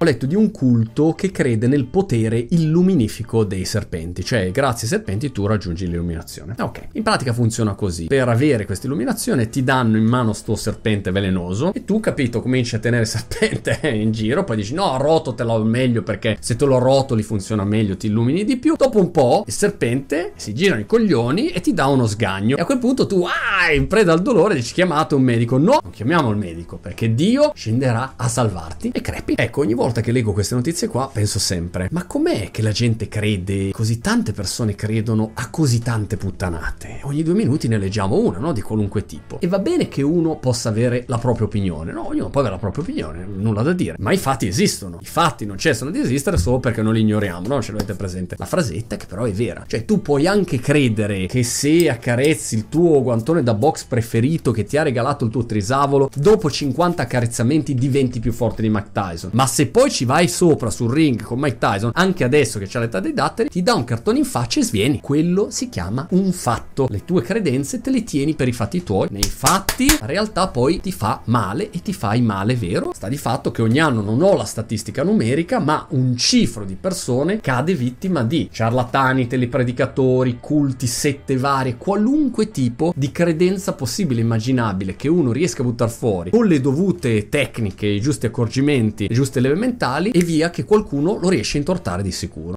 Ho letto di un culto che crede nel potere illuminifico dei serpenti, cioè grazie ai serpenti tu raggiungi l'illuminazione. Ok, in pratica funziona così: per avere questa illuminazione ti danno in mano sto serpente velenoso e tu, capito, cominci a tenere il serpente in giro, poi dici no, rototelo meglio perché se te lo rotoli funziona meglio, ti illumini di più. Dopo un po' il serpente si girano i coglioni e ti dà uno sgagno e a quel punto tu in preda al dolore dici chiamate un medico. No, non chiamiamo il medico perché Dio scenderà a salvarti e crepi. Ecco, ogni volta che leggo queste notizie qua penso sempre: ma com'è che la gente crede, così tante persone credono a così tante puttanate? Ogni 2 minuti ne leggiamo una, no? Di qualunque tipo. E va bene che uno possa avere la propria opinione, no? Ognuno può avere la propria opinione, nulla da dire, ma i fatti esistono. I fatti non cessano di esistere solo perché non li ignoriamo, no? Ce l'avete presente la frasetta, che però è vera. Cioè tu puoi anche credere che se accarezzi il tuo guantone da box preferito che ti ha regalato il tuo trisavolo, dopo 50 accarezzamenti diventi più forte di Mike Tyson, ma se poi ci vai sopra sul ring con Mike Tyson, anche adesso che c'ha l'età dei datteri, ti dà un cartone in faccia e svieni. Quello si chiama un fatto. Le tue credenze te le tieni per i fatti tuoi. Nei fatti la realtà poi ti fa male e ti fai male vero. Sta di fatto che ogni anno, non ho la statistica numerica, ma un cifro di persone cade vittima di ciarlatani, telepredicatori, culti, sette varie, qualunque tipo di credenza possibile e immaginabile che uno riesca a buttare fuori con le dovute tecniche, i giusti accorgimenti, le giuste leve mentali, e via che qualcuno lo riesce a intortare di sicuro.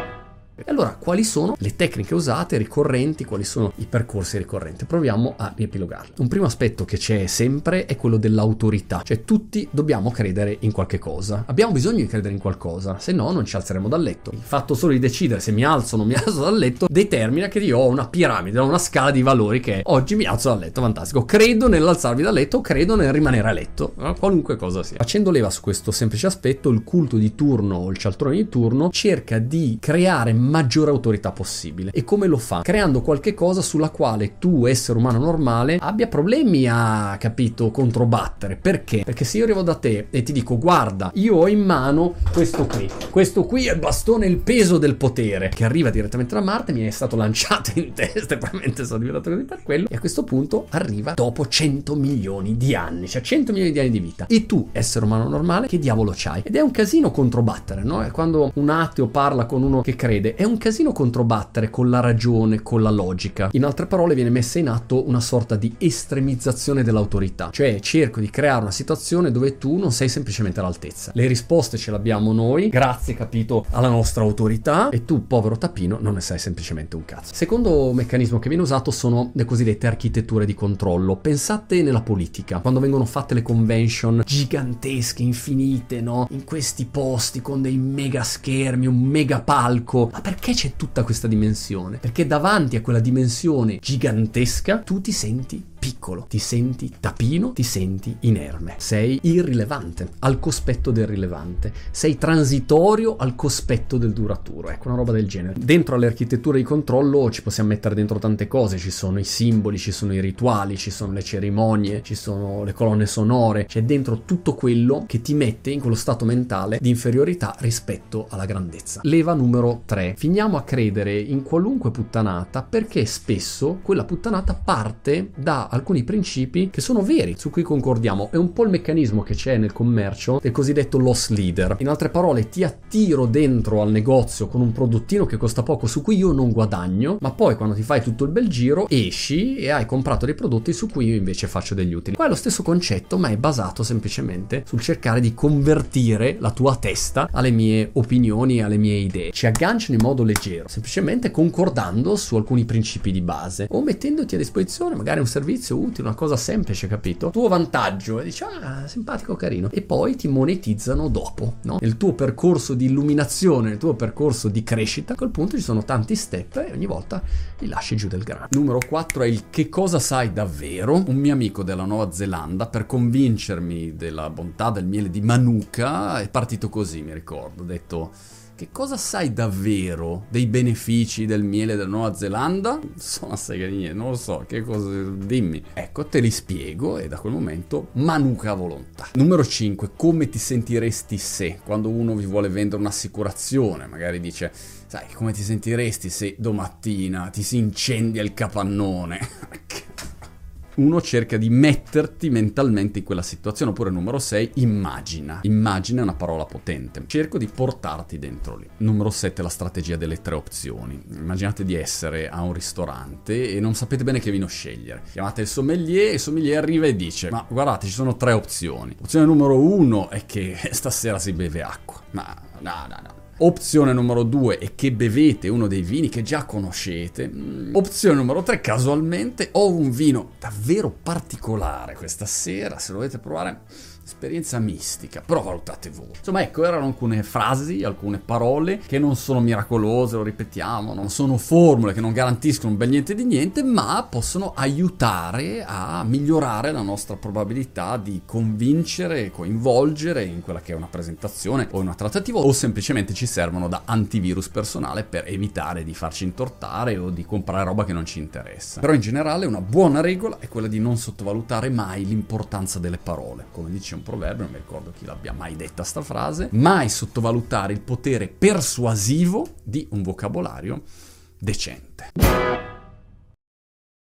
E allora, quali sono le tecniche usate ricorrenti, quali sono i percorsi ricorrenti? Proviamo a riepilogarli. Un primo aspetto che c'è sempre è quello dell'autorità, cioè tutti dobbiamo credere in qualche cosa, abbiamo bisogno di credere in qualcosa, se no non ci alzeremo dal letto. Il fatto solo di decidere se mi alzo o non mi alzo dal letto determina che io ho una piramide, ho una scala di valori che oggi mi alzo dal letto, fantastico, credo nell'alzarmi dal letto, credo nel rimanere a letto, qualunque cosa sia. Facendo leva su questo semplice aspetto, il culto di turno o il cialtrone di turno cerca di creare maggiore autorità possibile. E come lo fa? Creando qualche cosa sulla quale tu, essere umano normale, abbia problemi a, capito, controbattere. Perché? Perché se io arrivo da te e ti dico guarda, io ho in mano questo qui è il bastone, il peso del potere, che arriva direttamente da Marte, mi è stato lanciato in testa e probabilmente sono diventato così per quello, e a questo punto arriva dopo 100 milioni di anni, cioè 100 milioni di anni di vita, e tu, essere umano normale, che diavolo c'hai? Ed è un casino controbattere, no? È quando un ateo parla con uno che crede, è un casino controbattere con la ragione, con la logica. In altre parole, viene messa in atto una sorta di estremizzazione dell'autorità, cioè cerco di creare una situazione dove tu non sei semplicemente all'altezza. Le risposte ce l'abbiamo noi, grazie, capito, alla nostra autorità, e tu, povero tapino, non ne sai semplicemente un cazzo. Secondo meccanismo che viene usato sono le cosiddette architetture di controllo. Pensate nella politica, quando vengono fatte le convention gigantesche, infinite, no? In questi posti con dei mega schermi, un mega palco. Ma perché c'è tutta questa dimensione? Perché davanti a quella dimensione gigantesca tu ti senti piccolo, ti senti tapino, ti senti inerme, sei irrilevante al cospetto del rilevante, sei transitorio al cospetto del duraturo, ecco, una roba del genere. Dentro alle architetture di controllo ci possiamo mettere dentro tante cose, ci sono i simboli, ci sono i rituali, ci sono le cerimonie, ci sono le colonne sonore, c'è dentro tutto quello che ti mette in quello stato mentale di inferiorità rispetto alla grandezza. Leva numero 3: finiamo a credere in qualunque puttanata perché spesso quella puttanata parte da alcuni principi che sono veri, su cui concordiamo. È un po' il meccanismo che c'è nel commercio del cosiddetto loss leader. In altre parole, ti attiro dentro al negozio con un prodottino che costa poco, su cui io non guadagno, ma poi quando ti fai tutto il bel giro esci e hai comprato dei prodotti su cui io invece faccio degli utili. Qua è lo stesso concetto, ma è basato semplicemente sul cercare di convertire la tua testa alle mie opinioni e alle mie idee. Ci agganciano in modo leggero, semplicemente concordando su alcuni principi di base o mettendoti a disposizione magari un servizio utile, una cosa semplice, capito? Tuo vantaggio, e dici simpatico, carino, e poi ti monetizzano dopo, no? Nel tuo percorso di illuminazione, nel tuo percorso di crescita, a quel punto ci sono tanti step e ogni volta li lasci giù del grano. Numero 4 è il che cosa sai davvero. Un mio amico della Nuova Zelanda, per convincermi della bontà del miele di Manuka, è partito così, mi ricordo, ha detto: che cosa sai davvero dei benefici del miele della Nuova Zelanda? Sono assai niente, non lo so, che cosa, dimmi. Ecco, te li spiego, e da quel momento Manuka volontà. Numero 5, come ti sentiresti se, quando uno vi vuole vendere un'assicurazione, magari dice: sai, come ti sentiresti se domattina ti si incendia il capannone? uno cerca di metterti mentalmente in quella situazione. Oppure numero 6, immagina. Immagina è una parola potente. Cerco di portarti dentro lì. Numero 7, la strategia delle 3 opzioni. Immaginate di essere a un ristorante e non sapete bene che vino scegliere. Chiamate il sommelier arriva e dice: ma guardate, ci sono 3 opzioni. Opzione numero 1 è che stasera si beve acqua. Ma no. Opzione numero 2 è che bevete uno dei vini che già conoscete. Opzione numero 3, casualmente ho un vino davvero particolare questa sera, se lo volete provare, esperienza mistica, però valutate voi. Insomma, ecco, erano alcune frasi, alcune parole che non sono miracolose, lo ripetiamo, non sono formule che non garantiscono un bel niente di niente, ma possono aiutare a migliorare la nostra probabilità di convincere, coinvolgere in quella che è una presentazione o una trattativa, o semplicemente ci servono da antivirus personale per evitare di farci intortare o di comprare roba che non ci interessa. Però in generale una buona regola è quella di non sottovalutare mai l'importanza delle parole. Come dice un proverbio, non mi ricordo chi l'abbia mai detta sta frase, mai sottovalutare il potere persuasivo di un vocabolario decente.